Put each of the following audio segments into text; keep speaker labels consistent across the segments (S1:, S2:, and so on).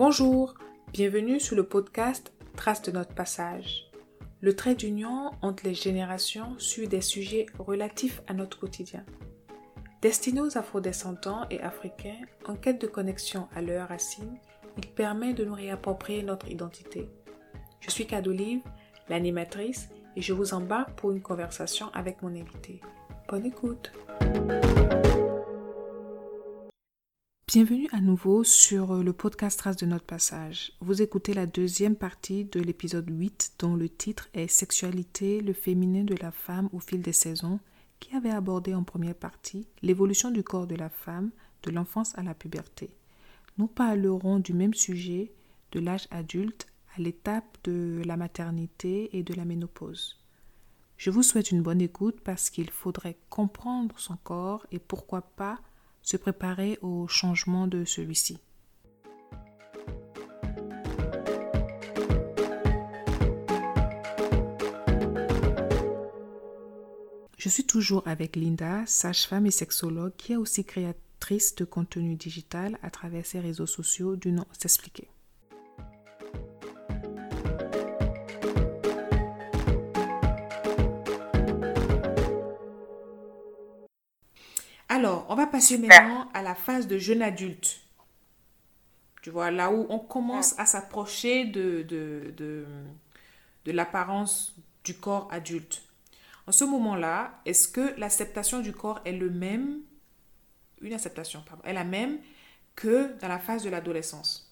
S1: Bonjour, bienvenue sur le podcast Traces de notre passage. Le trait d'union entre les générations sur des sujets relatifs à notre quotidien. Destiné aux afrodescendants et africains en quête de connexion à leurs racines, il permet de nous réapproprier notre identité. Je suis Kadolive, l'animatrice, et je vous embarque pour une conversation avec mon invité. Bonne écoute! Bienvenue à nouveau sur le podcast Traces de notre passage. Vous écoutez la deuxième partie de l'épisode 8 dont le titre est « Sexualité, le féminin de la femme au fil des saisons » qui avait abordé en première partie l'évolution du corps de la femme de l'enfance à la puberté. Nous parlerons du même sujet de l'âge adulte à l'étape de la maternité et de la ménopause. Je vous souhaite une bonne écoute parce qu'il faudrait comprendre son corps et pourquoi pas se préparer au changement de celui-ci. Je suis toujours avec Linda, sage-femme et sexologue qui est aussi créatrice de contenu digital à travers ses réseaux sociaux du nom S'expliquer. Alors, on va passer maintenant à la phase de jeune adulte. Tu vois, là où on commence à s'approcher de l'apparence du corps adulte. En ce moment-là, est-ce que l'acceptation du corps est est la même que dans la phase de l'adolescence?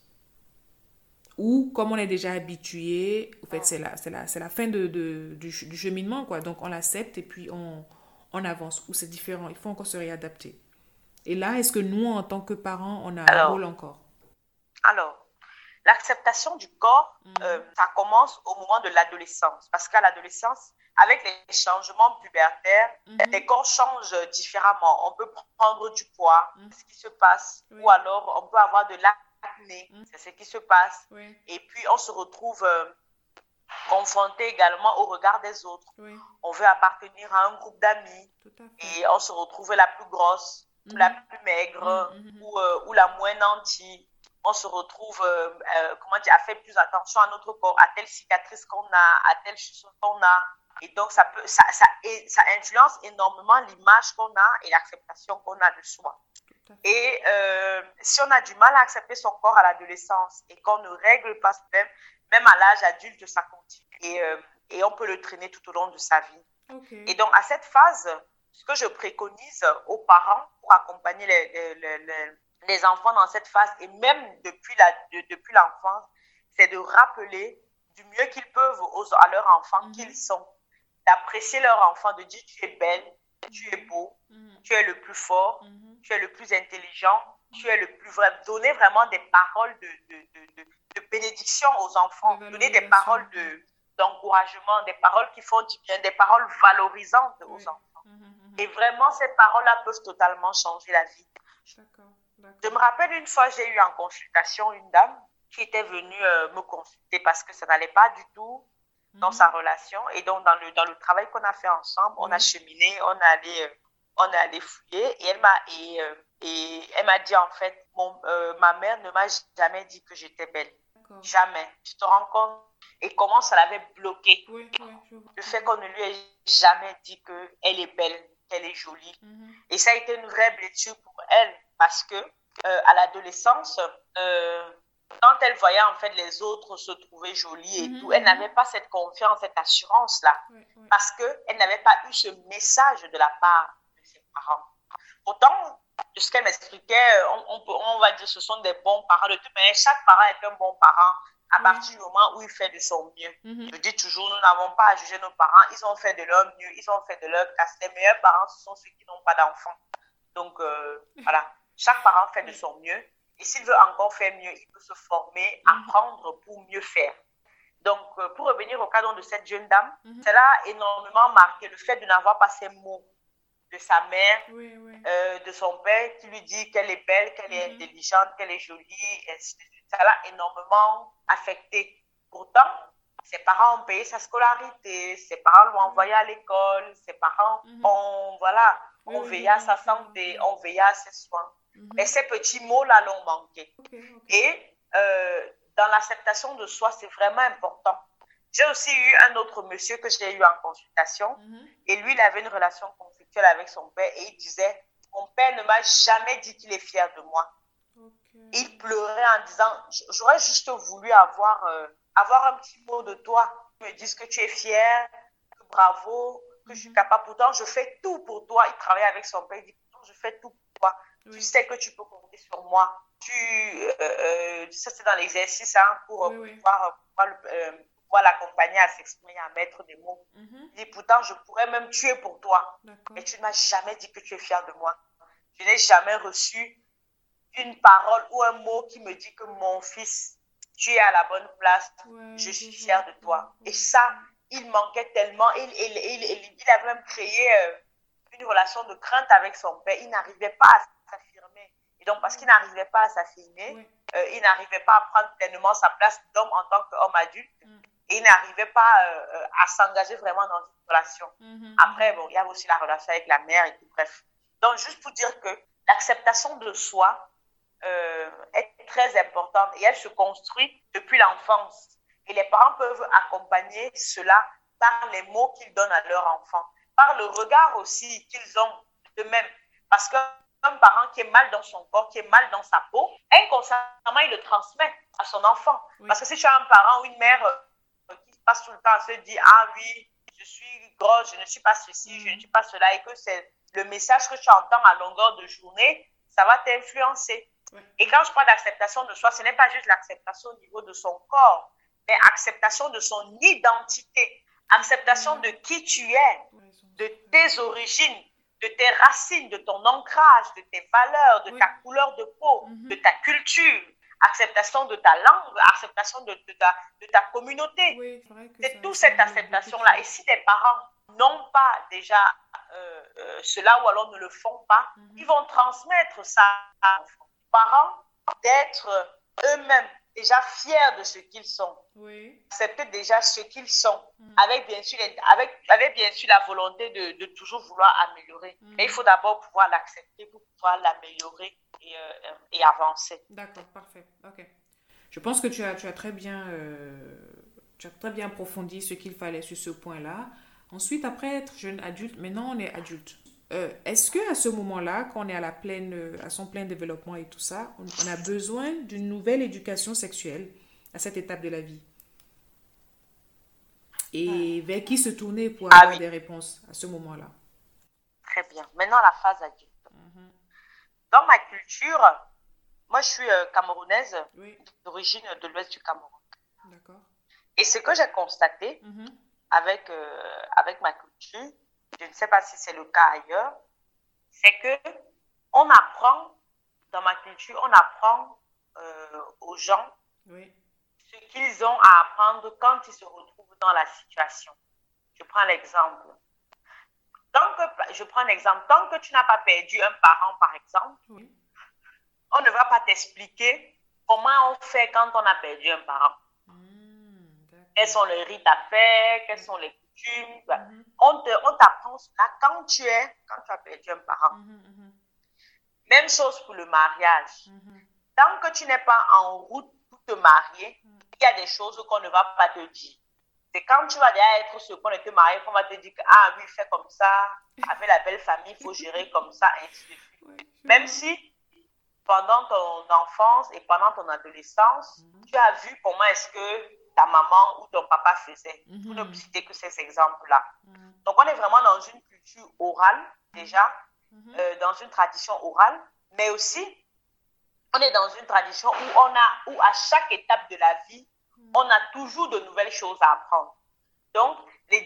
S1: Ou comme on est déjà habitué, en fait, c'est la fin du cheminement, quoi. Donc, on l'accepte et puis on avance, ou c'est différent, il faut encore se réadapter. Et là, est-ce que nous, en tant que parents, on a un rôle encore?
S2: Alors, l'acceptation du corps, ça commence au moment de l'adolescence. Parce qu'à l'adolescence, avec les changements pubertaires, les corps changent différemment. On peut prendre du poids, c'est ce qui se passe. Oui. Ou alors, on peut avoir de l'acné, c'est ce qui se passe. Oui. Et puis, on se retrouve confronté également au regard des autres. Oui. On veut appartenir à un groupe d'amis et on se retrouve la plus grosse, ou la plus maigre, ou la moins nantie. On se retrouve à faire plus attention à notre corps, à telle cicatrice qu'on a, à telle chose qu'on a. Et donc, ça influence énormément l'image qu'on a et l'acceptation qu'on a de soi. Et si on a du mal à accepter son corps à l'adolescence et qu'on ne règle pas même à l'âge adulte, ça continue. Et on peut le traîner tout au long de sa vie. Okay. Et donc, à cette phase, ce que je préconise aux parents pour accompagner les enfants dans cette phase, et même depuis l'enfance, c'est de rappeler du mieux qu'ils peuvent à leurs enfants qu'ils sont, d'apprécier leur enfant, de dire tu es belle, tu es beau, tu es le plus fort, tu es le plus intelligent, tu es le plus vrai. Donner vraiment des paroles de bénédiction aux enfants, donner des paroles d'encouragement, des paroles qui font du bien, des paroles valorisantes aux enfants. Et vraiment, ces paroles-là peuvent totalement changer la vie. D'accord. Je me rappelle une fois, j'ai eu en consultation une dame qui était venue me consulter parce que ça n'allait pas du tout dans sa relation. Et donc, dans le travail qu'on a fait ensemble, on a cheminé, on est allé fouiller. Et elle m'a dit, en fait, ma mère ne m'a jamais dit que j'étais belle. D'accord. Jamais. Tu te rends compte? Et comment ça l'avait bloqué. Le fait qu'on ne lui ait jamais dit qu'elle est belle, qu'elle est jolie. Et ça a été une vraie blessure pour elle parce que à l'adolescence, quand elle voyait en fait les autres se trouver jolies et tout, elle n'avait pas cette confiance, cette assurance-là parce qu'elle n'avait pas eu ce message de la part de ses parents. Pourtant, de ce qu'elle m'expliquait, on va dire que ce sont des bons parents. De toute manière, chaque parent est un bon parent à partir du moment où il fait de son mieux. Je dis toujours, nous n'avons pas à juger nos parents. Ils ont fait de leur mieux, ils ont fait de leur casse. Les meilleurs parents, ce sont ceux qui n'ont pas d'enfants. Donc, voilà. Chaque parent fait de son mieux. Et s'il veut encore faire mieux, il peut se former, apprendre pour mieux faire. Donc, pour revenir au cadre de cette jeune dame, cela a énormément marqué le fait de n'avoir pas ces mots de sa mère, de son père, qui lui dit qu'elle est belle, qu'elle est intelligente, qu'elle est jolie, et ainsi de suite. Ça l'a énormément affectée. Pourtant, ses parents ont payé sa scolarité, ses parents l'ont envoyé à l'école, ses parents ont veillé à sa santé, ont veillé à ses soins. Mais ces petits mots-là l'ont manqué. Et dans l'acceptation de soi, c'est vraiment important. J'ai aussi eu un autre monsieur que j'ai eu en consultation et lui, il avait une relation conflictuelle avec son père et il disait, mon père ne m'a jamais dit qu'il est fier de moi. Il pleurait en disant, j'aurais juste voulu avoir un petit mot de toi, me dire que tu es fier, que bravo, que je suis capable. Pourtant, je fais tout pour toi. Il travaille avec son père, il dit, pourtant, je fais tout pour toi. Tu sais que tu peux compter sur moi. Ça, c'est dans l'exercice pour pouvoir l'accompagner à s'exprimer, à mettre des mots. Il dit, pourtant, je pourrais même tuer pour toi. Mais tu ne m'as jamais dit que tu es fier de moi. Je n'ai jamais reçu une parole ou un mot qui me dit que mon fils, tu es à la bonne place, je suis fière de toi. Et ça, il manquait tellement. Il avait même créé une relation de crainte avec son père. Il n'arrivait pas à s'affirmer. Et donc, parce qu'il n'arrivait pas à s'affirmer, il n'arrivait pas à prendre pleinement sa place d'homme en tant qu'homme adulte. Et il n'arrivait pas à s'engager vraiment dans une relation. Après, bon, il y a aussi la relation avec la mère et tout, bref. Donc, juste pour dire que l'acceptation de soi est très importante et elle se construit depuis l'enfance. Et les parents peuvent accompagner cela par les mots qu'ils donnent à leur enfant, par le regard aussi qu'ils ont d'eux-mêmes. Parce qu'un parent qui est mal dans son corps, qui est mal dans sa peau, inconsciemment, il le transmet à son enfant. Parce que si tu as un parent ou une mère qui passe tout le temps à se dire « Ah oui, je suis grosse, je ne suis pas ceci, je ne suis pas cela » et que c'est le message que tu entends à longueur de journée, ça va t'influencer. Et quand je parle d'acceptation de soi, ce n'est pas juste l'acceptation au niveau de son corps, mais acceptation de son identité, acceptation de qui tu es, de tes origines, de tes racines, de ton ancrage, de tes valeurs, de ta couleur de peau, de ta culture, acceptation de ta langue, acceptation de ta communauté. C'est toute cette acceptation-là. Et si tes parents n'ont pas déjà cela ou alors ne le font pas, ils vont transmettre ça à l'enfant. Parents, d'être eux-mêmes déjà fiers de ce qu'ils sont, accepter déjà ce qu'ils sont, avec bien sûr la volonté de toujours vouloir améliorer. Mais il faut d'abord pouvoir l'accepter pour pouvoir l'améliorer et avancer.
S1: D'accord, parfait. Ok. Je pense que tu as très bien approfondi ce qu'il fallait sur ce point-là. Ensuite, après être jeune adulte, maintenant on est adulte. Est-ce qu'à ce moment-là, quand on est à son plein développement et tout ça, on a besoin d'une nouvelle éducation sexuelle à cette étape de la vie? Et vers qui se tourner pour avoir des réponses à ce moment-là?
S2: Très bien. Maintenant, la phase adulte. Dans ma culture, moi je suis camerounaise, d'origine de l'ouest du Cameroun.
S1: D'accord.
S2: Et ce que j'ai constaté avec ma culture, je ne sais pas si c'est le cas ailleurs, c'est que dans ma culture, on apprend aux gens ce qu'ils ont à apprendre quand ils se retrouvent dans la situation. Je prends l'exemple. Tant que tu n'as pas perdu un parent, par exemple, on ne va pas t'expliquer comment on fait quand on a perdu un parent. Quels sont les rites à faire, quelles sont les coutumes. On t'apprend cela quand tu as perdu un parent. Même chose pour le mariage. Tant que tu n'es pas en route pour te marier, il y a des choses qu'on ne va pas te dire. C'est quand tu vas déjà être sur le point de te marier qu'on va te dire que, ah oui, fais comme ça, avec la belle famille, il faut gérer comme ça, ainsi de suite. Même si, pendant ton enfance et pendant ton adolescence, tu as vu comment est-ce que ta maman ou ton papa faisait. Pour ne citer que ces exemples-là. Donc, on est vraiment dans une culture orale, déjà, dans une tradition orale, mais aussi, on est dans une tradition où à chaque étape de la vie, on a toujours de nouvelles choses à apprendre. Donc,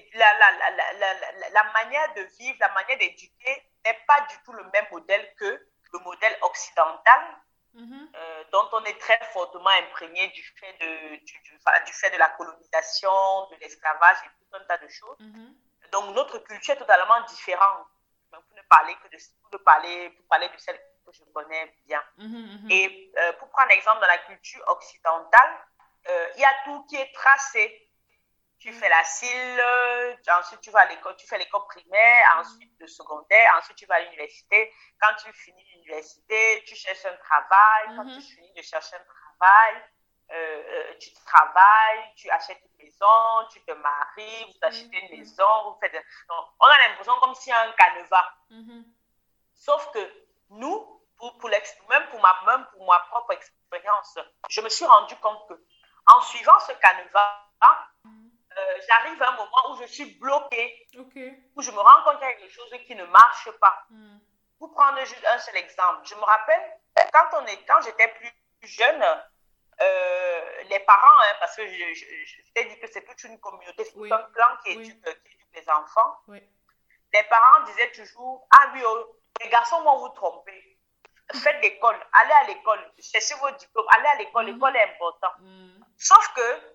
S2: la manière de vivre, la manière d'éduquer n'est pas du tout le même modèle que le modèle occidental, dont on est très fortement imprégné du fait de la colonisation, de l'esclavage et tout un tas de choses. Donc, notre culture est totalement différente. Pour parler de celle que je connais bien. Et pour prendre exemple, dans la culture occidentale, il y a tout qui est tracé. Tu fais la CIL, ensuite tu vas à l'école, tu fais l'école primaire, ensuite le secondaire, ensuite tu vas à l'université. Quand tu finis l'université, tu cherches un travail. Quand tu finis de chercher un travail, tu travailles, tu achètes une maison, tu te maries, vous achetez une maison, vous faites... Donc, on a l'impression comme s'il y a un canevas. Sauf que nous, même pour ma propre expérience, je me suis rendu compte que en suivant ce canevas, j'arrive à un moment où je suis bloquée, où je me rends compte qu'il y a quelque chose qui ne marche pas. Pour prendre juste un seul exemple, je me rappelle quand j'étais plus jeune, les parents, parce que je t'ai dit que c'est toute une communauté, c'est tout un clan qui éduque les enfants. Les parents disaient toujours, ah oui, les garçons vont vous tromper. Faites l'école, allez à l'école, cherchez vos diplômes, allez à l'école, l'école est importante. Sauf que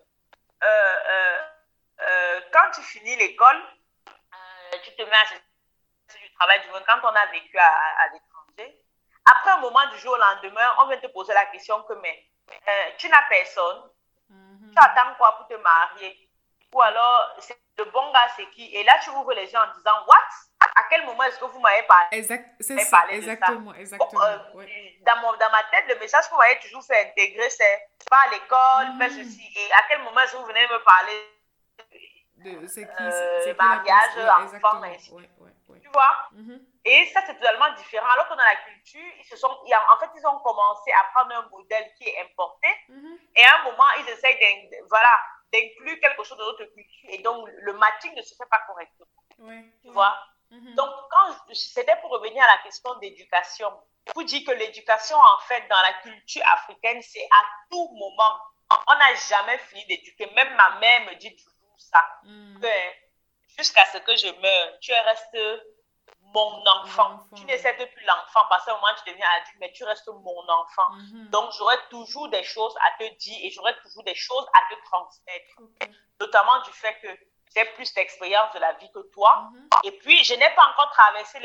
S2: quand tu finis l'école, tu te mets à chercher du travail, du moins quand on a vécu à l'étranger. Après un moment du jour au lendemain, on vient te poser la question que tu n'as personne, tu attends quoi pour te marier? Ou alors, c'est le bon gars, c'est qui? Et là, tu ouvres les yeux en disant, what? À quel moment est-ce que vous m'avez parlé?
S1: C'est ça, exactement.
S2: Dans ma tête, le message que vous m'avez toujours fait intégrer, c'est pas à l'école, fais ceci. Et à quel moment est-ce que vous venez me parler de mariage, enfant, et ainsi. Tu vois? Et ça, c'est totalement différent. Alors que dans la culture, ils ont commencé à prendre un modèle qui est importé. Et à un moment, ils essayent d'inclure quelque chose de notre culture. Et donc, le matching ne se fait pas correctement. Tu vois? Donc, c'était pour revenir à la question d'éducation. Pour dire que l'éducation, en fait, dans la culture africaine, c'est à tout moment. On n'a jamais fini d'éduquer. Même ma mère me dit toujours ça. Jusqu'à ce que je meure, tu restes mon enfant. Tu n'acceptes plus l'enfant parce qu'à un moment, tu deviens adulte, mais tu restes mon enfant. Donc, j'aurai toujours des choses à te dire et j'aurai toujours des choses à te transmettre. Notamment du fait que j'ai plus d'expérience de la vie que toi. Et puis, je n'ai pas encore traversé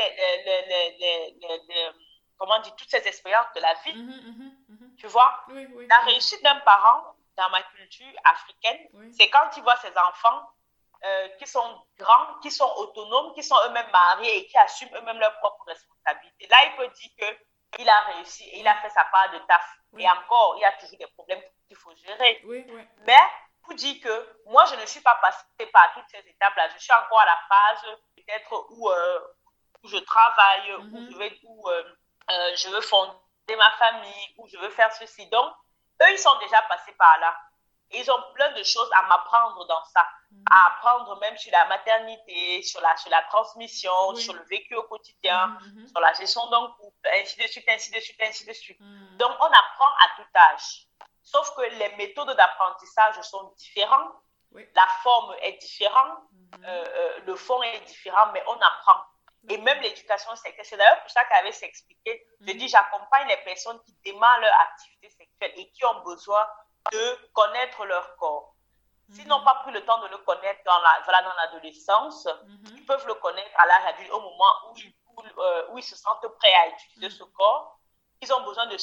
S2: toutes ces expériences de la vie. Tu vois? La réussite d'un parent dans ma culture africaine, c'est quand il voit ses enfants qui sont grands, qui sont autonomes, qui sont eux-mêmes mariés et qui assument eux-mêmes leurs propres responsabilités. Là, il peut dire qu'il a réussi et il a fait sa part de taf. Et encore, il y a toujours des problèmes qu'il faut gérer. Mais pour dire que moi, je ne suis pas passée par toutes ces étapes-là. Je suis encore à la phase peut-être où je travaille, où je veux fonder ma famille, où je veux faire ceci. Donc, eux, ils sont déjà passés par là. Et ils ont plein de choses à m'apprendre dans ça. À apprendre même sur la maternité, sur la transmission, sur le vécu au quotidien, sur la gestion d'un couple, ainsi de suite, ainsi de suite, ainsi de suite. Donc, on apprend à tout âge. Sauf que les méthodes d'apprentissage sont différentes. La forme est différente. Le fond est différent, mais on apprend. Et même l'éducation sexuelle, c'est d'ailleurs pour ça qu'avait s'expliqué, je dis, j'accompagne les personnes qui démarrent leur activité sexuelle et qui ont besoin de connaître leur corps. S'ils n'ont pas pris le temps de le connaître dans l'adolescence, ils peuvent le connaître à l'âge adulte au moment où ils se sentent prêts à utiliser ce corps. Ils ont besoin de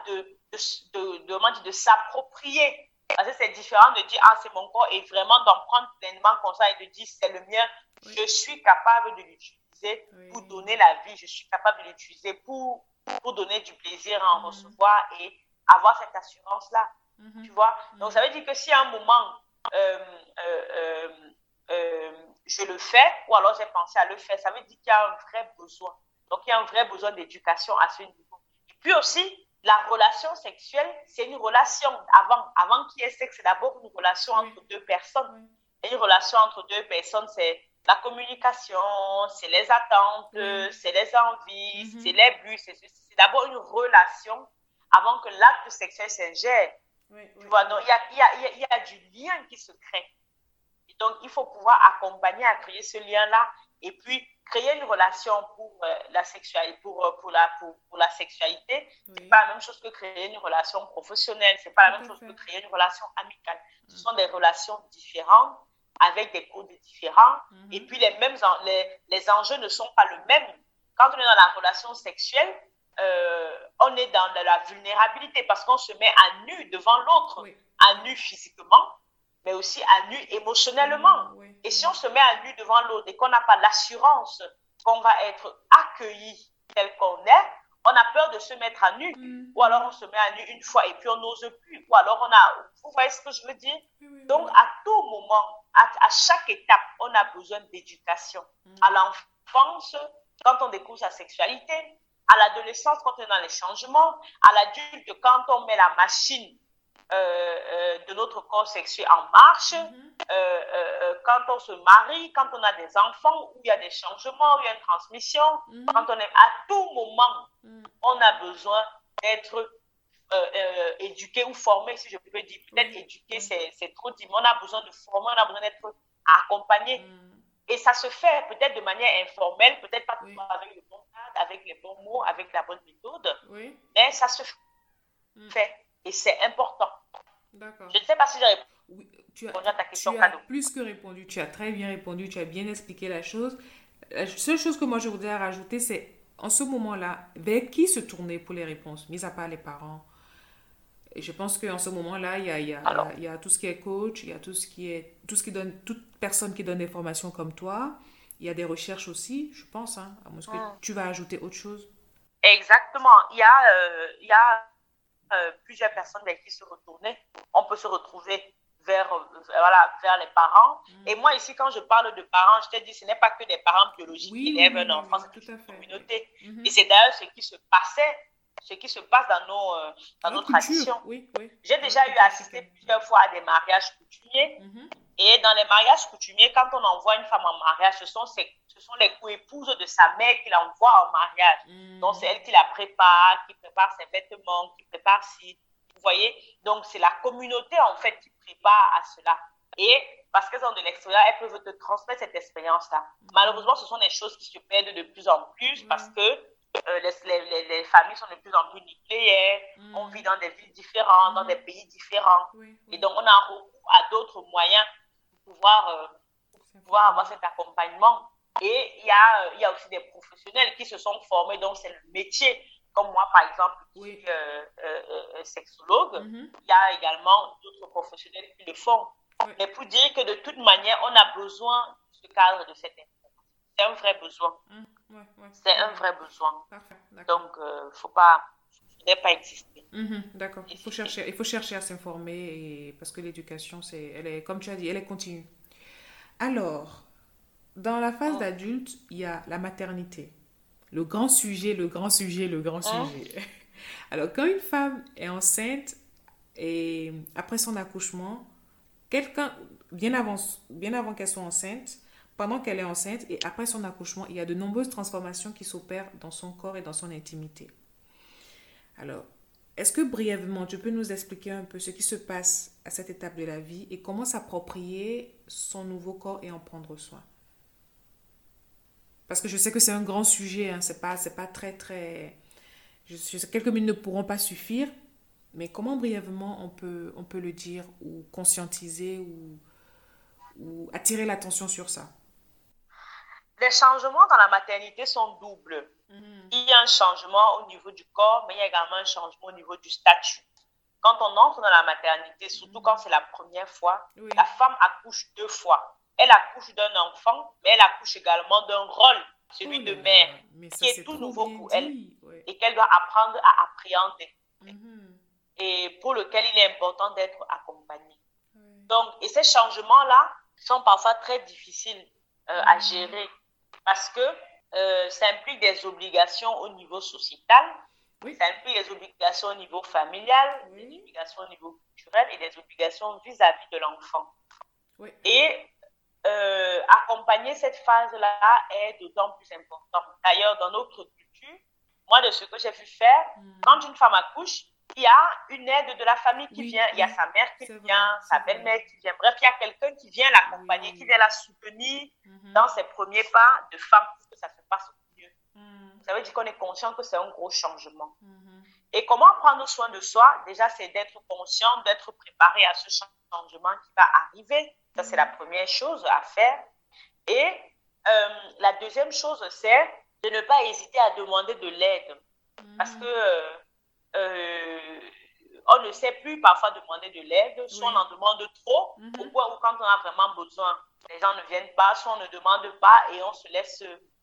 S2: s'approprier. Parce que c'est différent de dire, ah, c'est mon corps, et vraiment d'en prendre pleinement comme ça et de dire, c'est le mien, je suis capable de l'utiliser pour donner la vie, je suis capable de l'utiliser pour donner du plaisir à en recevoir et avoir cette assurance-là. Tu vois? Donc, ça veut dire que si à un moment, je le fais, ou alors j'ai pensé à le faire, ça veut dire qu'il y a un vrai besoin. Donc, il y a un vrai besoin d'éducation à ce niveau. Et puis aussi, la relation sexuelle, c'est une relation. Avant qu'il y ait sexe, c'est d'abord une relation entre deux personnes. Et une relation entre deux personnes, c'est la communication, c'est les attentes, c'est les envies, c'est les buts. C'est d'abord une relation avant que l'acte sexuel s'ingère. Tu vois, donc il y a du lien qui se crée. Et donc, il faut pouvoir accompagner à créer ce lien-là et puis créer une relation pour la sexualité. Pour la sexualité, c'est pas la même chose que créer une relation professionnelle, c'est pas la même chose que créer une relation amicale. Ce sont des relations différentes avec des codes différents et puis les enjeux ne sont pas les mêmes. Quand on est dans la relation sexuelle, on est dans la vulnérabilité parce qu'on se met à nu devant l'autre, à nu physiquement, mais aussi à nu émotionnellement.
S1: Oui.
S2: Et si on se met à nu devant l'autre et qu'on n'a pas l'assurance qu'on va être accueilli tel qu'on est, on a peur de se mettre à nu. Ou alors on se met à nu une fois et puis on n'ose plus. Ou alors vous voyez ce que je veux dire? Donc à tout moment, à chaque étape, on a besoin d'éducation. À l'enfance, quand on découvre sa sexualité, à l'adolescence, quand on est dans les changements, à l'adulte, quand on met la machine de notre corps sexuel en marche, quand on se marie, quand on a des enfants, où il y a des changements, où il y a une transmission, quand on est à tout moment, on a besoin d'être éduqué ou formé, si je peux dire. Peut-être éduqué, c'est trop dit, mais on a besoin de former, on a besoin d'être accompagné. Et ça se fait peut-être de manière informelle, peut-être pas toujours avec le bon cadre, avec les bons mots, avec la bonne méthode, mais ça se fait. Et c'est important.
S1: D'accord.
S2: Je ne sais pas si j'ai répondu
S1: à ta question, Kado. Tu as plus que répondu, tu as très bien répondu, tu as bien expliqué la chose. La seule chose que moi je voudrais rajouter, c'est en ce moment-là, vers qui se tourner pour les réponses, mis à part les parents. Et je pense qu'en ce moment-là, il y a tout ce qui est coach, il y a tout ce qui donne, toute personne qui donne des formations comme toi. Il y a des recherches aussi, je pense, à moins que tu vas ajouter autre chose.
S2: Exactement. Il y a plusieurs personnes vers qui se retourner. On peut se retrouver vers les parents. Et moi, ici, quand je parle de parents, je te dis, ce n'est pas que des parents biologiques qui élèvent un enfant, c'est toute une communauté. Et c'est d'ailleurs ce qui se passe dans nos traditions. J'ai déjà eu à assister plusieurs fois à des mariages coutumiers. Et dans les mariages coutumiers, quand on envoie une femme en mariage, ce sont les co-épouses de sa mère qui l'envoient en mariage. Donc, c'est elle qui la prépare, qui prépare ses vêtements, qui prépare si. Vous voyez? Donc, c'est la communauté, en fait, qui prépare à cela. Et parce qu'elles sont de l'extérieur, elles peuvent te transmettre cette expérience-là. Malheureusement, ce sont des choses qui se perdent de plus en plus parce que les familles sont de plus en plus nucléaires. On vit dans des villes différentes, dans des pays différents. Et donc, on a recours à d'autres moyens pour pouvoir avoir cet accompagnement. Et il y a aussi des professionnels qui se sont formés, donc c'est le métier. Comme moi, par exemple, qui suis sexologue, il y a également d'autres professionnels qui le font. Mais pour dire que de toute manière, on a besoin de ce cadre, de cette information. C'est un vrai besoin. C'est un vrai besoin.
S1: Parfait,
S2: donc, il ne faut pas exister.
S1: D'accord. Il faut chercher à s'informer parce que l'éducation, elle est, comme tu as dit, elle est continue. Alors, dans la phase d'adulte, il y a la maternité. Le grand sujet. Alors, quand une femme est enceinte et après son accouchement, bien avant qu'elle soit enceinte, pendant qu'elle est enceinte et après son accouchement, il y a de nombreuses transformations qui s'opèrent dans son corps et dans son intimité. Alors, est-ce que brièvement, tu peux nous expliquer un peu ce qui se passe à cette étape de la vie et comment s'approprier son nouveau corps et en prendre soin? Parce que je sais que c'est un grand sujet, hein, c'est pas très, très... Je sais que quelques minutes ne pourront pas suffire, mais comment brièvement on peut le dire ou conscientiser ou attirer l'attention sur ça?
S2: Les changements dans la maternité sont doubles. Il y a un changement au niveau du corps, mais il y a également un changement au niveau du statut. Quand on entre dans la maternité, surtout quand c'est la première fois, la femme accouche 2 fois. Elle accouche d'un enfant, mais elle accouche également d'un rôle, celui de mère, qui est tout nouveau pour elle et qu'elle doit apprendre à appréhender. Et pour lequel il est important d'être accompagnée. Donc, et ces changements-là sont parfois très difficiles à gérer parce que ça implique des obligations au niveau sociétal, ça implique des obligations au niveau familial, des obligations au niveau culturel et des obligations vis-à-vis de l'enfant. Et accompagner cette phase-là est d'autant plus important. D'ailleurs, dans notre culture, moi, de ce que j'ai vu faire, quand une femme accouche, il y a une aide de la famille qui vient, il y a sa mère qui vient, sa belle-mère qui vient. Bref, il y a quelqu'un qui vient l'accompagner, qui vient la soutenir dans ses premiers pas de femme pour que ça se passe au mieux. Ça veut dire qu'on est conscient que c'est un gros changement. Et comment prendre soin de soi? Déjà, c'est d'être conscient, d'être préparé à ce changement qui va arriver. Ça, c'est la première chose à faire. Et la deuxième chose, c'est de ne pas hésiter à demander de l'aide. Parce que on ne sait plus parfois demander de l'aide, soit on en demande trop, au point où quand on a vraiment besoin, les gens ne viennent pas, soit on ne demande pas et on se laisse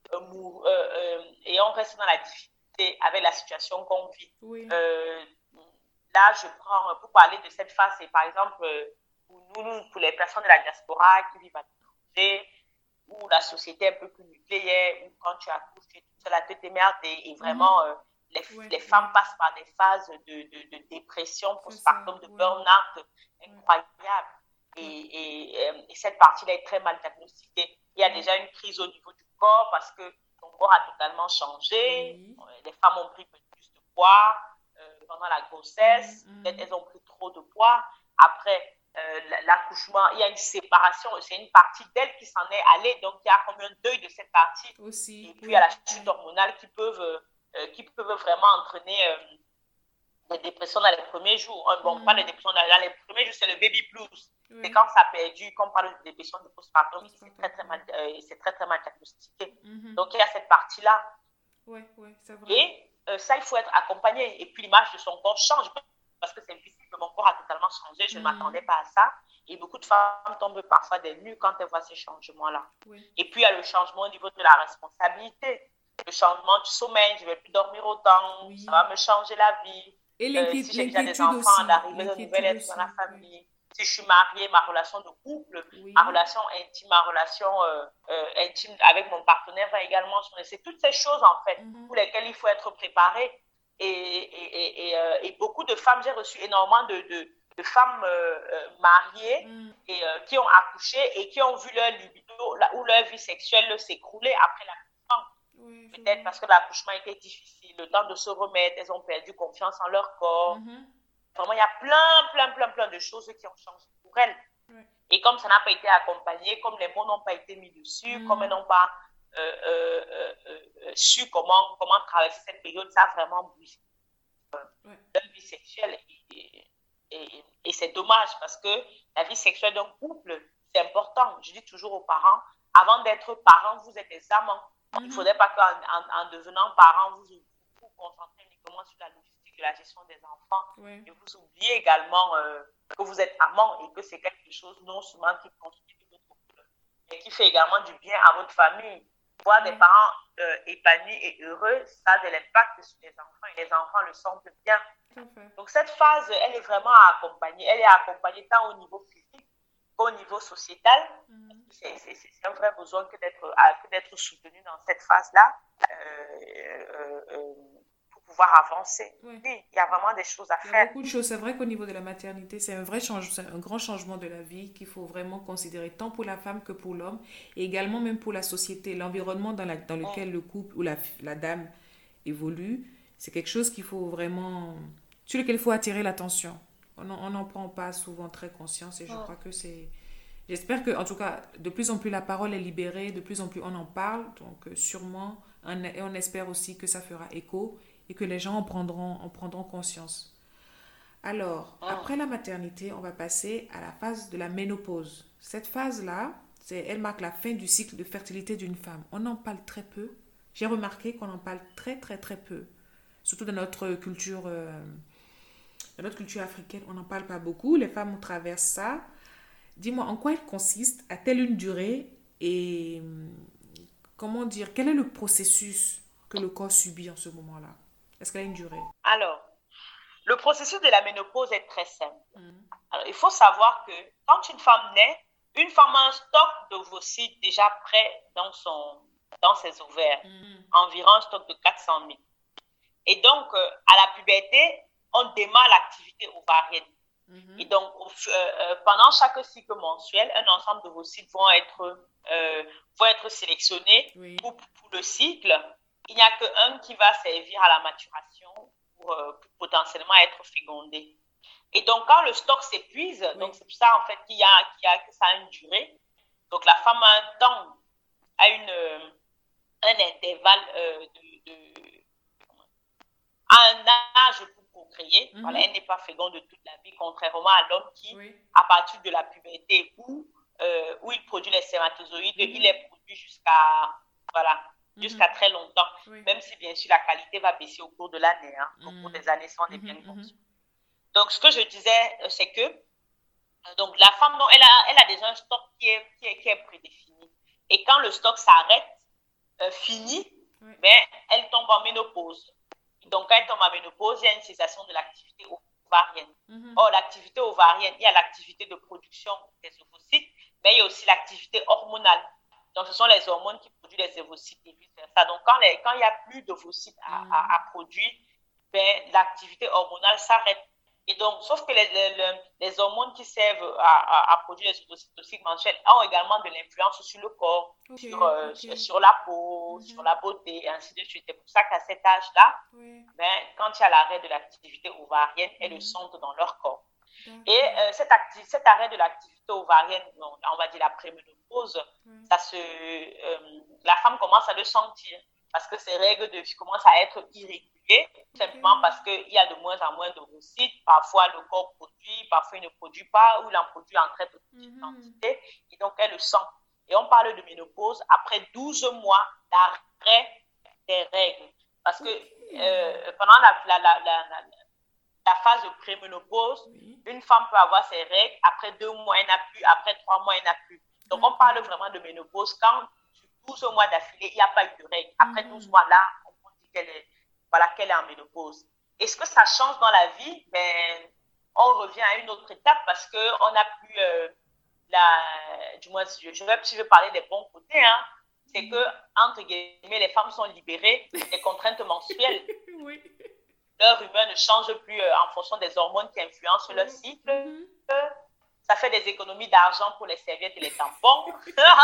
S2: et on reste dans la difficulté avec la situation qu'on vit. Là, je prends, pour parler de cette phase, c'est par exemple pour les personnes de la diaspora qui vivent à l'étranger, où la société est un peu plus nucléaire, où quand tu accouches, tu es toute seule à te démerder et vraiment les femmes passent par des phases de dépression postpartum, de burn-out incroyables. Et cette partie-là est très mal diagnostiquée. Il y a déjà une crise au niveau du corps parce que ton corps a totalement changé. Les femmes ont pris plus de poids pendant la grossesse. Peut-être elles ont pris trop de poids. Après l'accouchement, il y a une séparation. C'est une partie d'elle qui s'en est allée. Donc, il y a comme un deuil de cette partie.
S1: Aussi,
S2: et puis, il y a la chute hormonale qui peuvent vraiment entraîner des dépressions dans les premiers jours. Bon, pas les dépressions dans les premiers jours, c'est le baby blues. C'est quand ça a perdu, quand on parle de dépression de postpartum, c'est très mal diagnostiqué. Donc, il y a cette partie-là.
S1: C'est vrai.
S2: Et ça, il faut être accompagné. Et puis, l'image de son corps change parce que c'est visible. Mon corps a totalement changé. Je ne m'attendais pas à ça. Et beaucoup de femmes tombent parfois des nues quand elles voient ces changements-là. Et puis, il y a le changement au niveau de la responsabilité. Le changement du sommeil. Je ne vais plus dormir autant. Ça va me changer la vie.
S1: Et l'inquiétude
S2: si j'ai déjà des enfants, d'arriver de nouvelles êtres dans la famille. Si je suis mariée, ma relation de couple, ma relation intime, ma relation intime avec mon partenaire va également changer. C'est toutes ces choses, en fait, pour lesquelles il faut être préparé. Et beaucoup de femmes, j'ai reçu énormément de femmes mariées et qui ont accouché et qui ont vu leur libido ou leur vie sexuelle s'écrouler après l'accouchement. Peut-être parce que l'accouchement était difficile, le temps de se remettre, elles ont perdu confiance en leur corps. Vraiment, il y a plein de choses qui ont changé pour elles. Et comme ça n'a pas été accompagné, comme les mots n'ont pas été mis dessus, comme elles n'ont pas su comment traverser cette période, ça a vraiment bougé leur vie sexuelle. Et c'est dommage parce que la vie sexuelle d'un couple, c'est important. Je dis toujours aux parents, avant d'être parents, vous êtes des amants. Il ne faudrait pas qu'en devenant parents, vous vous concentrez uniquement sur la logistique de la gestion des enfants. Et vous oubliez également que vous êtes amant et que c'est quelque chose non seulement qui constitue votre couple, mais qui fait également du bien à votre famille. Voir des parents épanouis et heureux, ça a de l'impact sur les enfants et les enfants le sentent bien. Donc cette phase, elle est vraiment à accompagner. Elle est accompagnée tant au niveau physique qu'au niveau sociétal. C'est un vrai besoin que d'être soutenu dans cette phase-là pour pouvoir avancer. Oui, il y a vraiment des choses à faire.
S1: Il y a beaucoup de choses. C'est vrai qu'au niveau de la maternité, c'est un grand changement de la vie qu'il faut vraiment considérer tant pour la femme que pour l'homme et également même pour la société, l'environnement dans lequel le couple ou la dame évolue. C'est quelque chose qu'il faut vraiment, sur lequel il faut attirer l'attention. On n'en prend pas souvent très conscience et je crois que c'est... J'espère que, en tout cas, de plus en plus la parole est libérée, de plus en plus on en parle, donc sûrement, et on espère aussi que ça fera écho et que les gens en prendront conscience. Alors, après la maternité, on va passer à la phase de la ménopause. Cette phase-là, elle marque la fin du cycle de fertilité d'une femme. On en parle très peu. J'ai remarqué qu'on en parle très, très, très peu. Surtout dans notre culture africaine, on n'en parle pas beaucoup. Les femmes traversent ça. Dis-moi, en quoi elle consiste? A-t-elle une durée? Et comment dire, quel est le processus que le corps subit en ce moment-là? Est-ce qu'elle a une durée?
S2: Alors, le processus de la ménopause est très simple. Alors, il faut savoir que quand une femme naît, une femme a un stock d'ovocytes déjà prêt dans ses ovaires, environ un stock de 400 000. Et donc, à la puberté, on démarre l'activité ovarienne. Et donc, pendant chaque cycle mensuel, un ensemble d'ovocytes vont être sélectionnés pour le cycle. Il n'y a qu'un qui va servir à la maturation pour potentiellement être fécondé. Et donc, quand le stock s'épuise, donc c'est pour ça en fait que ça a une durée. Donc, la femme a un temps, un intervalle un âge pour procréer. Voilà, elle n'est pas féconde de toute la vie, contrairement à l'homme qui, à partir de la puberté où il produit les spermatozoïdes, il est produit jusqu'à très longtemps. Même si, bien sûr, la qualité va baisser au cours de l'année. Au cours des années, sans des bien conscients. Donc, ce que je disais, c'est que donc la femme, non, elle a déjà un stock qui est prédéfini. Et quand le stock s'arrête, fini,
S1: Oui.
S2: ben, elle tombe en ménopause. Donc, quand elle tombe en ménopause, il y a une cessation de l'activité ovarienne. Or, l'activité ovarienne, il y a l'activité de production des ovocytes, mais il y a aussi l'activité hormonale. Donc, ce sont les hormones qui produisent les ovocytes et vice-versa. Donc, quand il n'y a plus d'ovocytes à produire, ben, l'activité hormonale s'arrête. Et donc, sauf que les hormones qui servent à produire les ovocytes mensuels ont également de l'influence sur le corps, sur la peau, sur la beauté, et ainsi de suite. C'est pour ça qu'à cet âge-là, ben, quand il y a l'arrêt de l'activité ovarienne, elles le sentent dans leur corps. Et cet arrêt de l'activité ovarienne, on va dire la préménopause, la femme commence à le sentir parce que ses règles de vie commencent à être irrégulières, tout simplement parce qu'il y a de moins en moins d'ovocytes. Parfois, le corps produit, parfois, il ne produit pas, ou il en produit en très petite quantité. Et donc, elle le sent. Et on parle de ménopause après 12 mois d'arrêt des règles. Parce que pendant la phase de préménopause, une femme peut avoir ses règles, après 2 mois, elle n'a plus, après 3 mois, elle n'a plus. Donc, on parle vraiment de ménopause quand, sur 12 mois d'affilée, il n'y a pas eu de règles. Après 12 mois, là, on dit qu'elle est en ménopause. Est-ce que ça change dans la vie? Ben, on revient à une autre étape parce qu'on n'a plus du moins, je vais parler des bons côtés, hein. C'est que, entre guillemets, les femmes sont libérées des contraintes menstruelles.
S1: Oui.
S2: Leur humeur ne change plus en fonction des hormones qui influencent leur cycle. Ça fait des économies d'argent pour les serviettes et les tampons.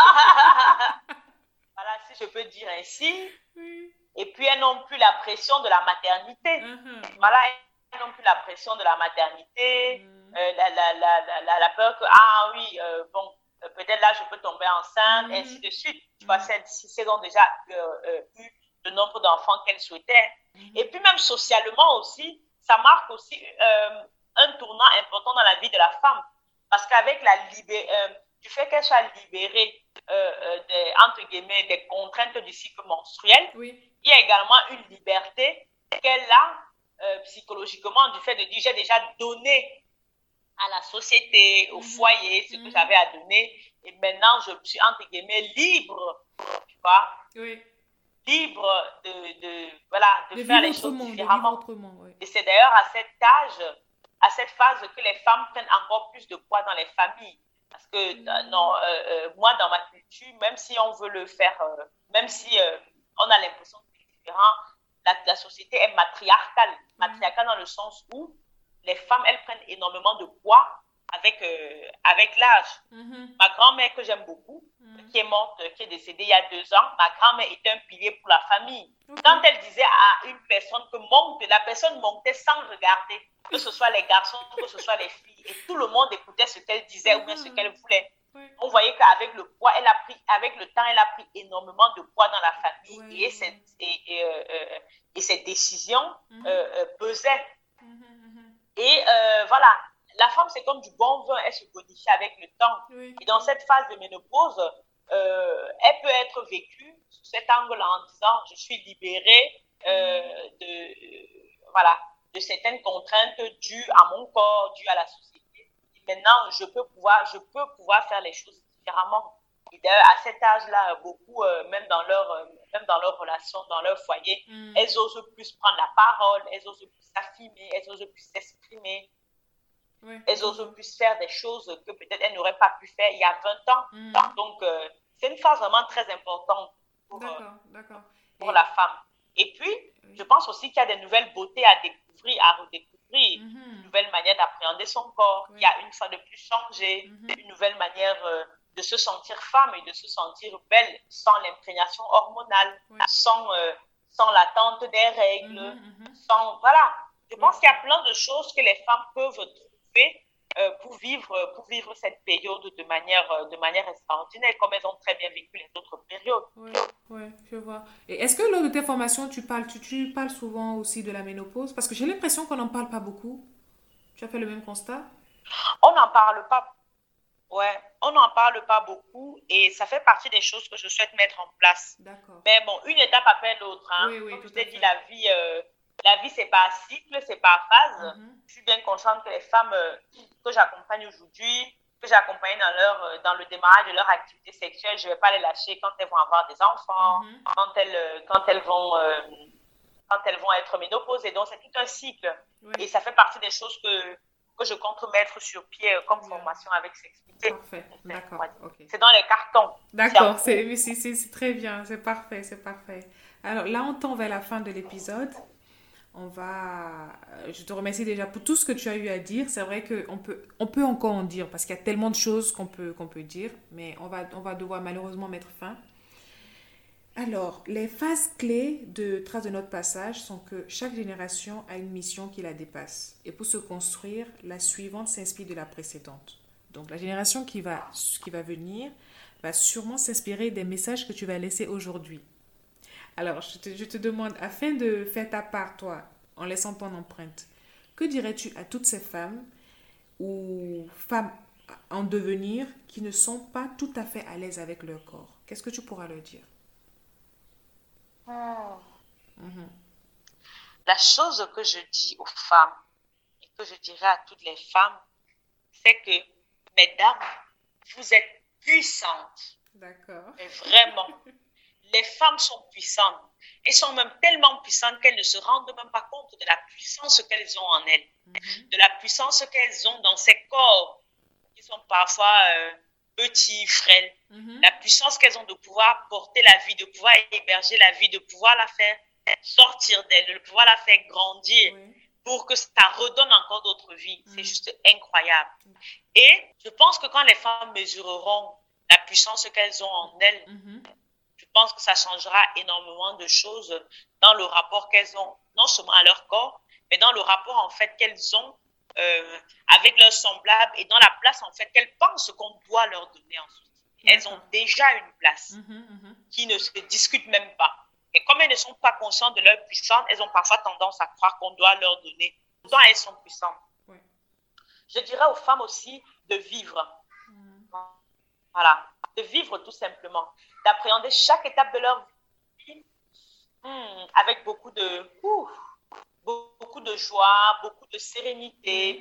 S2: Voilà, si je peux dire ainsi. Et puis, elles n'ont plus la pression de la maternité. Voilà, elles n'ont plus la pression de la maternité. La peur que, ah oui, bon, peut-être là, je peux tomber enceinte, ainsi de suite. Tu vois, si elles ont déjà eu le nombre d'enfants qu'elles souhaitaient. Et puis même socialement aussi, ça marque aussi un tournant important dans la vie de la femme. Parce qu'avec du fait qu'elle soit libérée entre guillemets, des contraintes du cycle menstruel, il y a également une liberté qu'elle a psychologiquement du fait de dire j'ai déjà donné à la société, au foyer, ce que j'avais à donner. Et maintenant, je suis, entre guillemets, libre, tu vois, libre de faire les choses différemment. Et c'est d'ailleurs à cet âge, à cette phase que les femmes prennent encore plus de poids dans les familles. Parce que moi, dans ma culture, même si on veut le faire, même si on a l'impression que c'est différent, la société est matriarcale. Matriarcale dans le sens où les femmes, elles prennent énormément de poids avec l'âge. Ma grand-mère, que j'aime beaucoup, qui est morte, qui est décédée il y a 2 ans, ma grand-mère était un pilier pour la famille. Quand elle disait à une personne que monte, la personne montait sans regarder, que ce soit les garçons, que ce soit les filles, et tout le monde écoutait ce qu'elle disait ou bien ce qu'elle voulait. On voyait qu'avec le poids, avec le temps, elle a pris énormément de poids dans la famille et ses décisions pesaient. Et voilà, la femme, c'est comme du bon vin, elle se bonifie avec le temps. Et dans cette phase de ménopause, elle peut être vécue sous cet angle en disant je suis libérée de certaines contraintes dues à mon corps, dues à la société. Et maintenant, je peux pouvoir faire les choses différemment. Et d'ailleurs, à cet âge-là, beaucoup, même dans leur relation, dans leur foyer, elles osent plus prendre la parole, elles osent plus s'affirmer, elles osent plus s'exprimer. Elles osent plus faire des choses que peut-être elles n'auraient pas pu faire il y a 20 ans. Donc, c'est une phase vraiment très importante pour la femme. Et puis, je pense aussi qu'il y a des nouvelles beautés à découvrir, à redécouvrir, une nouvelle manière d'appréhender son corps, qui a une fois de plus changé, une nouvelle manière de se sentir femme et de se sentir belle sans l'imprégnation hormonale, sans l'attente des règles, voilà. Je pense qu'il y a plein de choses que les femmes peuvent trouver pour vivre cette période de manière extraordinaire, comme elles ont très bien vécu les autres périodes.
S1: Oui, je vois. Et est-ce que lors de tes formations, tu parles souvent aussi de la ménopause? Parce que j'ai l'impression qu'on n'en parle pas beaucoup. Tu as fait le même constat?
S2: On n'en parle pas. Ouais, on n'en parle pas beaucoup et ça fait partie des choses que je souhaite mettre en place.
S1: D'accord.
S2: Mais bon, une étape après l'autre. Hein.
S1: Oui,
S2: comme je t'ai dit, la vie La vie, c'est par cycle, c'est par phase. Je suis bien consciente que les femmes que j'accompagne aujourd'hui, que j'accompagne dans le démarrage de leur activité sexuelle, je ne vais pas les lâcher quand elles vont avoir des enfants, quand elles vont être ménopausées. Donc, c'est tout un cycle. Oui. Et ça fait partie des choses que je compte mettre sur pied comme formation avec S'expliquer.
S1: Parfait, d'accord. Okay.
S2: C'est dans les cartons.
S1: D'accord, c'est très bien, c'est parfait, c'est parfait. Alors là, on tend vers la fin de l'épisode. Je te remercie déjà pour tout ce que tu as eu à dire. C'est vrai qu'on peut encore en dire parce qu'il y a tellement de choses qu'on peut dire, mais on va devoir malheureusement mettre fin. Alors, les phases clés de Traces de notre passage sont que chaque génération a une mission qui la dépasse. Et pour se construire, la suivante s'inspire de la précédente. Donc, la génération qui va venir va sûrement s'inspirer des messages que tu vas laisser aujourd'hui. Alors, je te demande, afin de faire ta part, toi, en laissant ton empreinte, que dirais-tu à toutes ces femmes ou femmes en devenir qui ne sont pas tout à fait à l'aise avec leur corps? Qu'est-ce que tu pourras leur dire?
S2: La chose que je dis aux femmes et que je dirais à toutes les femmes, c'est que, mesdames, vous êtes puissantes.
S1: D'accord.
S2: Mais vraiment, les femmes sont puissantes. Elles sont même tellement puissantes qu'elles ne se rendent même pas compte de la puissance qu'elles ont en elles, de la puissance qu'elles ont dans ces corps qui sont parfois petits, frêles. La puissance qu'elles ont de pouvoir porter la vie, de pouvoir héberger la vie, de pouvoir la faire sortir d'elle, de pouvoir la faire grandir pour que ça redonne encore d'autres vies. C'est juste incroyable. Et je pense que quand les femmes mesureront la puissance qu'elles ont en elles, je pense que ça changera énormément de choses dans le rapport qu'elles ont, non seulement à leur corps, mais dans le rapport en fait qu'elles ont avec leurs semblables et dans la place en fait qu'elles pensent qu'on doit leur donner ensuite. Elles ont déjà une place qui ne se discute même pas. Et comme elles ne sont pas conscientes de leur puissance, elles ont parfois tendance à croire qu'on doit leur donner. Pourtant, elles sont puissantes. Je dirais aux femmes aussi de vivre. Voilà, de vivre tout simplement. D'appréhender chaque étape de leur vie avec beaucoup de joie, beaucoup de sérénité,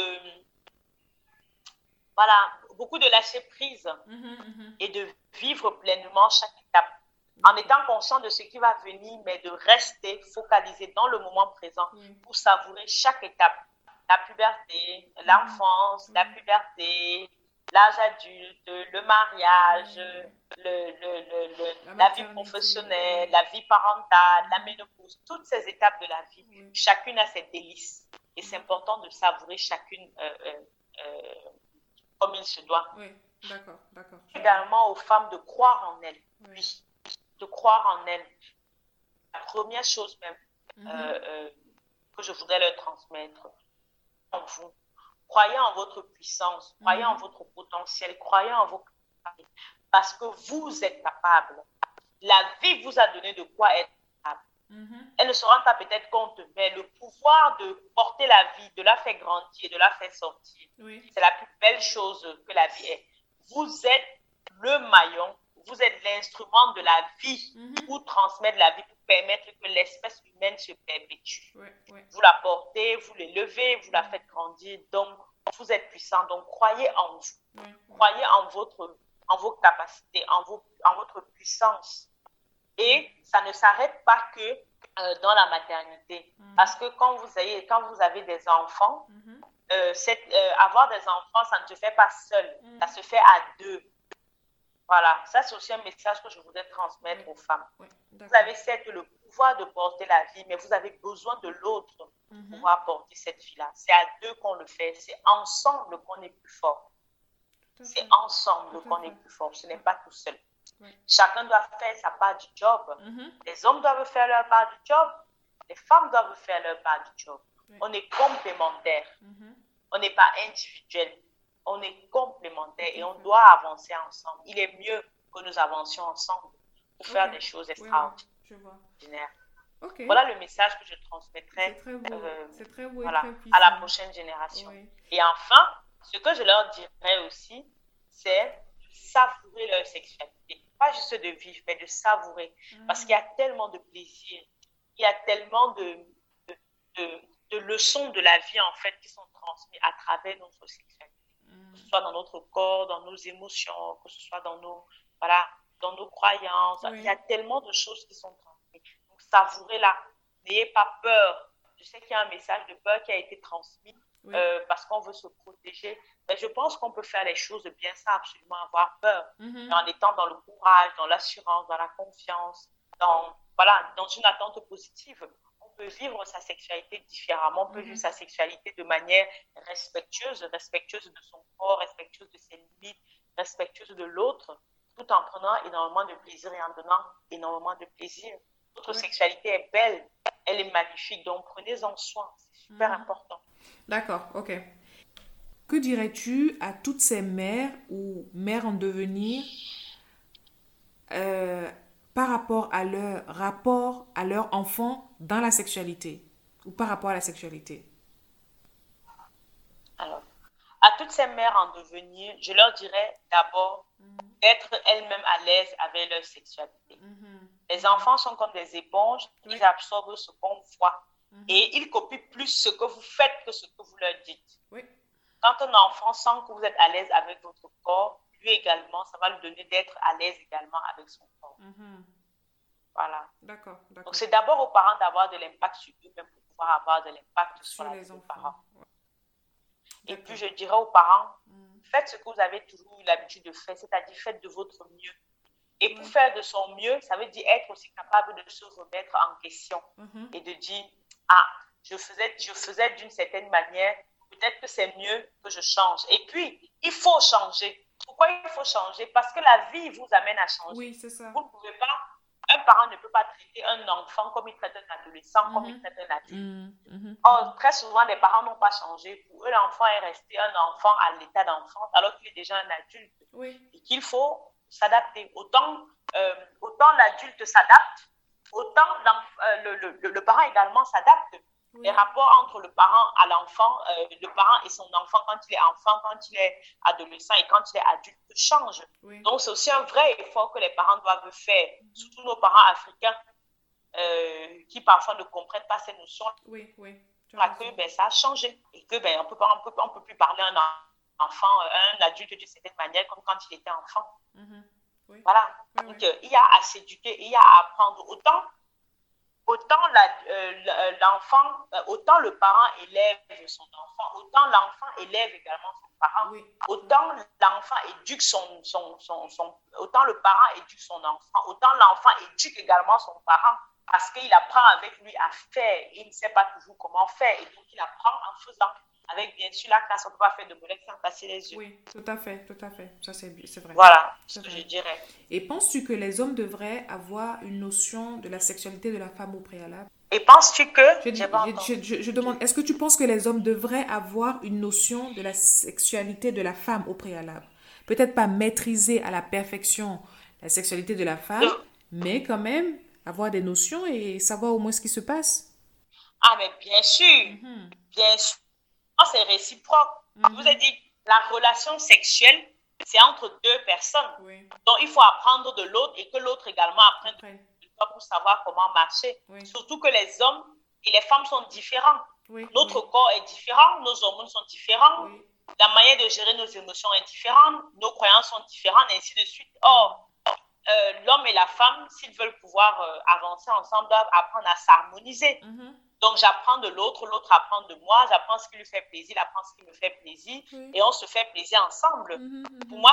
S2: beaucoup de lâcher prise et de vivre pleinement chaque étape en étant conscient de ce qui va venir, mais de rester focalisé dans le moment présent pour savourer chaque étape. La puberté, l'enfance, la puberté, l'âge adulte, le mariage, la vie professionnelle, la vie parentale, la ménopause, toutes ces étapes de la vie, chacune a ses délices. Et c'est important de savourer chacune comme il se doit.
S1: Oui, d'accord.
S2: Également aux femmes de croire en elles. Oui, de croire en elles. La première chose même que je voudrais leur transmettre, en vous. Croyez en votre puissance, croyez en votre potentiel, croyez en vos capacités, parce que vous êtes capable. La vie vous a donné de quoi être capable. Elle ne se rend pas peut-être compte, mais le pouvoir de porter la vie, de la faire grandir, de la faire sortir, c'est la plus belle chose que la vie est. Vous êtes le maillon, vous êtes l'instrument de la vie pour transmettre la vie, pour permettre que l'espèce humaine se perpétue. Vous la portez, vous l'élevez, vous la faites grandir, donc vous êtes puissant. Donc croyez en vous, croyez en vos capacités, en votre puissance. Et ça ne s'arrête pas que dans la maternité. Parce que quand vous avez des enfants, avoir des enfants, ça ne se fait pas seul, ça se fait à deux. Voilà, ça c'est aussi un message que je voudrais transmettre aux femmes. Vous avez certes le pouvoir de porter la vie, mais vous avez besoin de l'autre pour pouvoir porter cette vie-là. C'est à deux qu'on le fait, c'est ensemble qu'on est plus fort. C'est ensemble qu'on est plus fort, ce n'est pas tout seul. Chacun doit faire sa part du job. Les hommes doivent faire leur part du job, les femmes doivent faire leur part du job. On est complémentaires, on n'est pas individuel. On est complémentaires et on doit avancer ensemble. Il est mieux que nous avancions ensemble pour faire des choses extraordinaires. Voilà le message que je transmettrai
S1: très beau
S2: à la prochaine génération. Et enfin, ce que je leur dirais aussi, c'est de savourer leur sexualité. Pas juste de vivre, mais de savourer. Parce qu'il y a tellement de plaisir, il y a tellement de de leçons de la vie, en fait, qui sont transmises à travers notre sexualité. Que ce soit dans notre corps, dans nos émotions, que ce soit voilà, dans nos croyances. Il y a tellement de choses qui sont transmises. Donc, savourez-la. N'ayez pas peur. Je sais qu'il y a un message de peur qui a été transmis parce qu'on veut se protéger. Mais je pense qu'on peut faire les choses bien sans absolument avoir peur. En étant dans le courage, dans l'assurance, dans la confiance, dans une attente positive. On peut vivre sa sexualité différemment. On peut vivre sa sexualité de manière respectueuse de son corps, respectueuse de ses limites, respectueuse de l'autre, tout en prenant énormément de plaisir et en donnant énormément de plaisir. Votre sexualité est belle, elle est magnifique, donc prenez-en soin, c'est super important.
S1: D'accord, ok. Que dirais-tu à toutes ces mères ou mères en devenir par rapport à leur rapport à leur enfant dans la sexualité ou par rapport à la sexualité?
S2: Alors, à toutes ces mères en devenir, je leur dirais d'abord d'être elles-mêmes à l'aise avec leur sexualité. Les enfants sont comme des éponges, ils absorbent ce qu'on voit et ils copient plus ce que vous faites que ce que vous leur dites. Quand un enfant sent que vous êtes à l'aise avec votre corps, lui également, ça va lui donner d'être à l'aise également avec son corps. Voilà.
S1: D'accord.
S2: Donc, c'est d'abord aux parents d'avoir de l'impact sur eux-mêmes pour pouvoir avoir de l'impact sur les parents. Et puis, je dirais aux parents, faites ce que vous avez toujours eu l'habitude de faire, c'est-à-dire faites de votre mieux. Et pour faire de son mieux, ça veut dire être aussi capable de se remettre en question et de dire, je faisais d'une certaine manière, peut-être que c'est mieux que je change. Et puis, il faut changer. Pourquoi il faut changer? Parce que la vie vous amène à changer.
S1: Oui, c'est ça.
S2: Vous ne pouvez pas, un parent ne peut pas traiter un enfant comme il traite un adolescent, comme il traite un adulte. Or, très souvent, les parents n'ont pas changé. Pour eux, l'enfant est resté un enfant à l'état d'enfant, alors qu'il est déjà un adulte. Et qu'il faut s'adapter. Autant l'adulte s'adapte, autant le parent également s'adapte. Les rapports entre le parent à l'enfant, le parent et son enfant quand il est enfant, quand il est adolescent et quand il est adulte changent. Donc, c'est aussi un vrai effort que les parents doivent faire, surtout nos parents africains qui parfois ne comprennent pas ces notions. Que ça a changé et que on peut plus parler à un enfant, un adulte d'une certaine manière comme quand il était enfant. Voilà. Donc, il y a à s'éduquer, il y a à apprendre autant l'enfant, autant le parent élève son enfant, autant l'enfant élève également son parent. Autant l'enfant éduque autant le parent éduque son enfant, autant l'enfant éduque également son parent. Parce qu'il apprend avec lui à faire. Il ne sait pas toujours comment faire. Et donc, il apprend en faisant. Avec, bien sûr, la classe, on ne peut pas faire de modèle sans passer les yeux.
S1: Oui, tout à fait. Ça, c'est vrai.
S2: Voilà ce que je dirais.
S1: Et penses-tu que les hommes devraient avoir une notion de la sexualité de la femme au préalable?
S2: Et penses-tu que...
S1: Je demande, est-ce que tu penses que les hommes devraient avoir une notion de la sexualité de la femme au préalable? Peut-être pas maîtriser à la perfection la sexualité de la femme, mais quand même avoir des notions et savoir au moins ce qui se passe.
S2: Ah, mais bien sûr. Bien sûr. C'est réciproque. Je vous ai dit, la relation sexuelle, c'est entre deux personnes. Donc, il faut apprendre de l'autre et que l'autre également apprenne de toi pour savoir comment marcher. Surtout que les hommes et les femmes sont différents. Notre corps est différent, nos hormones sont différents, la manière de gérer nos émotions est différente, nos croyances sont différentes, et ainsi de suite. Or, l'homme et la femme, s'ils veulent pouvoir avancer ensemble, doivent apprendre à s'harmoniser. Donc, j'apprends de l'autre, l'autre apprend de moi, j'apprends ce qui lui fait plaisir, il apprend ce qui me fait plaisir, et on se fait plaisir ensemble. Pour moi,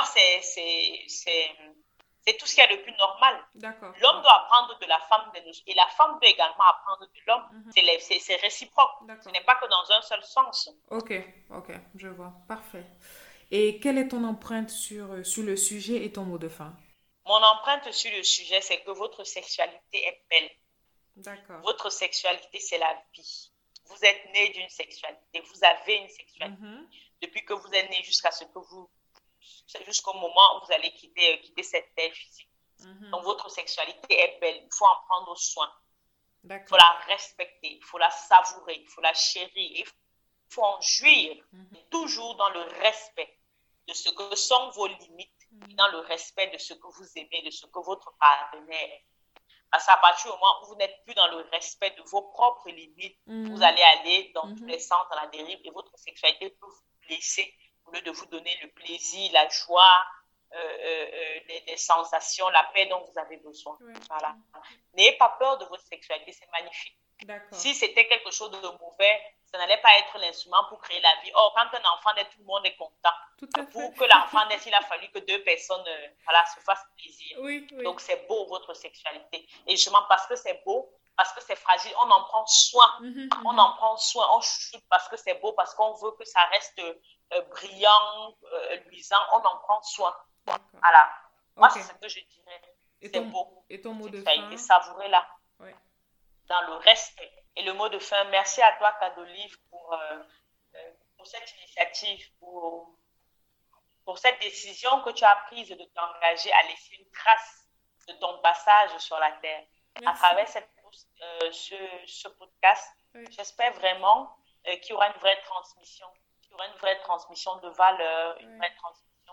S2: c'est tout ce qu'il y a de plus normal. L'homme doit apprendre de la femme, et la femme doit également apprendre de l'homme. C'est réciproque. Ce n'est pas que dans un seul sens.
S1: Ok, je vois. Parfait. Et quelle est ton empreinte sur le sujet et ton mot de fin?
S2: Mon empreinte sur le sujet, c'est que votre sexualité est belle. Votre sexualité, c'est la vie. Vous êtes né d'une sexualité. Vous avez une sexualité. Depuis que vous êtes né jusqu'au moment où vous allez quitter cette terre physique. Donc, votre sexualité est belle. Il faut en prendre soin. Il faut la respecter. Il faut la savourer. Il faut la chérir. Il faut en jouir. Toujours dans le respect de ce que sont vos limites. Et dans le respect de ce que vous aimez, de ce que votre partenaire est. Parce qu'à partir du moment où vous n'êtes plus dans le respect de vos propres limites, vous allez aller dans tous les sens, dans la dérive, et votre sexualité peut vous blesser au lieu de vous donner le plaisir, la joie, les sensations, la paix dont vous avez besoin. Voilà. N'ayez pas peur de votre sexualité, c'est magnifique. Si c'était quelque chose de mauvais, ça n'allait pas être l'instrument pour créer la vie. Or, quand un enfant naît, tout le monde est content. Pour que l'enfant naisse, il a fallu que deux personnes se fassent plaisir. Donc, c'est beau, votre sexualité. Et justement, parce que c'est beau, parce que c'est fragile, on en prend soin. On en prend soin, on chute parce que c'est beau, parce qu'on veut que ça reste brillant, luisant. On en prend soin. Voilà. Moi, c'est ce que je dirais. C'est beau.
S1: Et ton mot de fin?
S2: Savourez-la. Dans le respect. Et le mot de fin, merci à toi, Cadolive, pour cette initiative, pour cette décision que tu as prise de t'engager à laisser une trace de ton passage sur la terre. Merci. À travers ce podcast, j'espère vraiment qu'il y aura une vraie transmission, de valeurs, une vraie transmission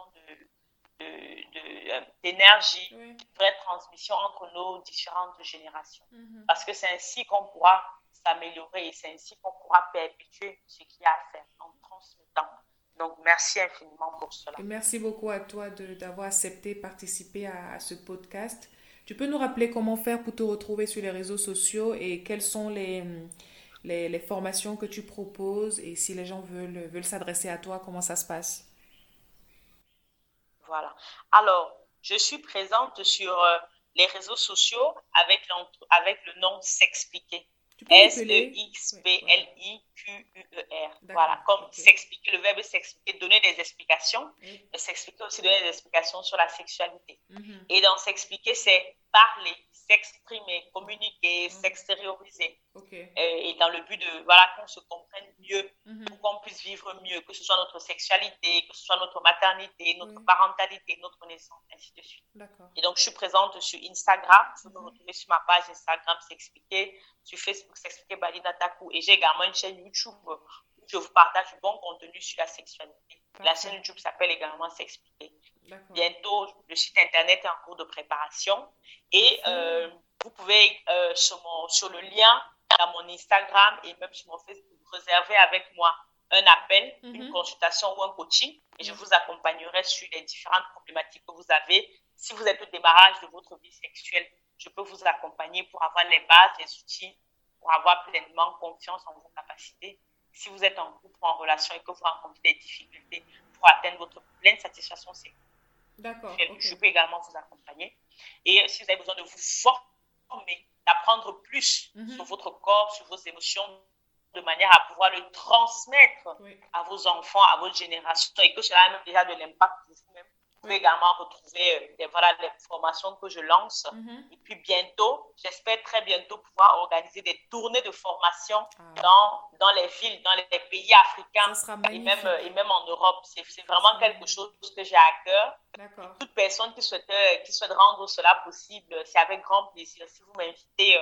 S2: d'énergie, une vraie transmission entre nos différentes générations. Parce que c'est ainsi qu'on pourra s'améliorer et c'est ainsi qu'on pourra perpétuer ce qu'il y a à faire en transmettant. Donc, merci infiniment pour cela.
S1: Et merci beaucoup à toi d'avoir accepté de participer à ce podcast. Tu peux nous rappeler comment faire pour te retrouver sur les réseaux sociaux et quelles sont les formations que tu proposes et si les gens veulent s'adresser à toi, comment ça se passe?
S2: Voilà. Alors, je suis présente sur les réseaux sociaux avec le nom S'expliquer. SEXPLIQUER. Voilà, comme s'expliquer, le verbe s'expliquer, donner des explications. S'expliquer aussi, donner des explications sur la sexualité. Et dans s'expliquer, c'est parler, s'exprimer, communiquer, s'extérioriser. Et dans le but de qu'on se comprenne mieux, pour qu'on puisse vivre mieux, que ce soit notre sexualité, que ce soit notre maternité, notre parentalité, notre naissance, ainsi de suite. Et donc, je suis présente sur Instagram. Vous pouvez me retrouver sur ma page Instagram S'expliquer, sur Facebook S'expliquer Balina Taku. Et j'ai également une chaîne YouTube où je vous partage du bon contenu sur la sexualité. La chaîne YouTube s'appelle également S'expliquer. Bientôt, le site internet est en cours de préparation. Et vous pouvez, sur le lien dans mon Instagram et même sur mon Facebook, réserver avec moi un appel, une consultation ou un coaching. Et je vous accompagnerai sur les différentes problématiques que vous avez. Si vous êtes au démarrage de votre vie sexuelle, je peux vous accompagner pour avoir les bases, les outils, pour avoir pleinement confiance en vos capacités. Si vous êtes en couple ou en relation et que vous rencontrez des difficultés pour atteindre votre pleine satisfaction sexuelle, je peux également vous accompagner. Et si vous avez besoin de vous former, d'apprendre plus sur votre corps, sur vos émotions, de manière à pouvoir le transmettre à vos enfants, à votre génération, et que cela a même déjà de l'impact pour vous-même. Vous pouvez également retrouver les formations que je lance. Et puis bientôt, j'espère très bientôt pouvoir organiser des tournées de formation dans les villes, dans les pays africains et même en Europe. C'est vraiment quelque chose que j'ai à cœur. Toute personne qui souhaite rendre cela possible, c'est avec grand plaisir. Si vous m'invitez,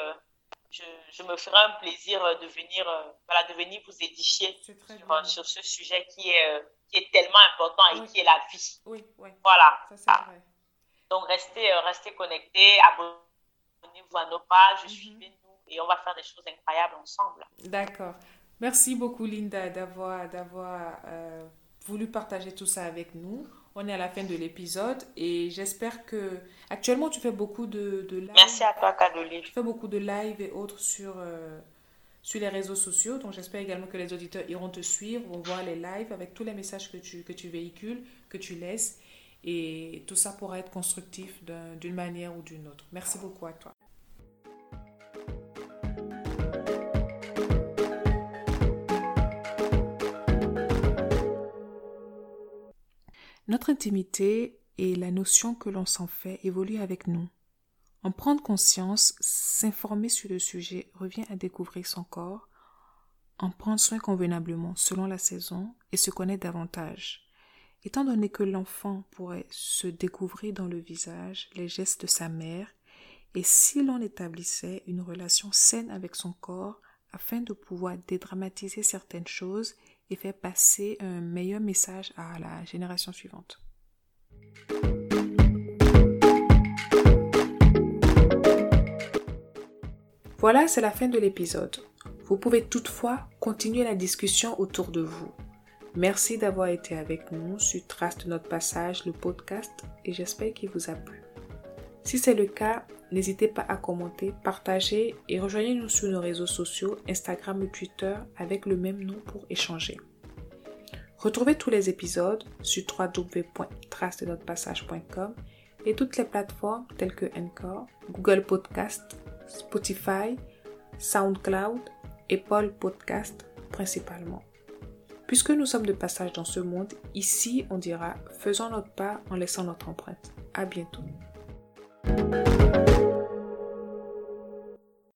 S2: je me ferai un plaisir de venir vous édifier sur ce sujet qui est tellement important et qui est la vie. Voilà.
S1: Ça, c'est vrai.
S2: Donc, restez connectés, abonnez-vous à nos pages, suivez-nous et on va faire des choses incroyables ensemble.
S1: D'accord. Merci beaucoup, Linda, d'avoir voulu partager tout ça avec nous. On est à la fin de l'épisode et j'espère que... Actuellement, tu fais beaucoup de live.
S2: Merci à toi, Caroline.
S1: Tu fais beaucoup de live et autres sur les réseaux sociaux. Donc, j'espère également que les auditeurs iront te suivre, vont voir les lives avec tous les messages que tu véhicules, que tu laisses. Et tout ça pourra être constructif d'une manière ou d'une autre. Merci beaucoup à toi. Notre intimité et la notion que l'on s'en fait évoluent avec nous. En prendre conscience, s'informer sur le sujet revient à découvrir son corps, en prendre soin convenablement selon la saison et se connaître davantage. Étant donné que l'enfant pourrait se découvrir dans le visage, les gestes de sa mère, et si l'on établissait une relation saine avec son corps afin de pouvoir dédramatiser certaines choses et faire passer un meilleur message à la génération suivante. Voilà, c'est la fin de l'épisode. Vous pouvez toutefois continuer la discussion autour de vous. Merci d'avoir été avec nous sur Traces de notre passage, le podcast, et j'espère qu'il vous a plu. Si c'est le cas, n'hésitez pas à commenter, partager et rejoignez-nous sur nos réseaux sociaux, Instagram ou Twitter avec le même nom pour échanger. Retrouvez tous les épisodes sur www.tracesdenotrepassage.com et toutes les plateformes telles que Anchor, Google Podcast, Spotify, SoundCloud et Apple Podcast principalement. Puisque nous sommes de passage dans ce monde, ici on dira « faisons notre part en laissant notre empreinte ». À bientôt.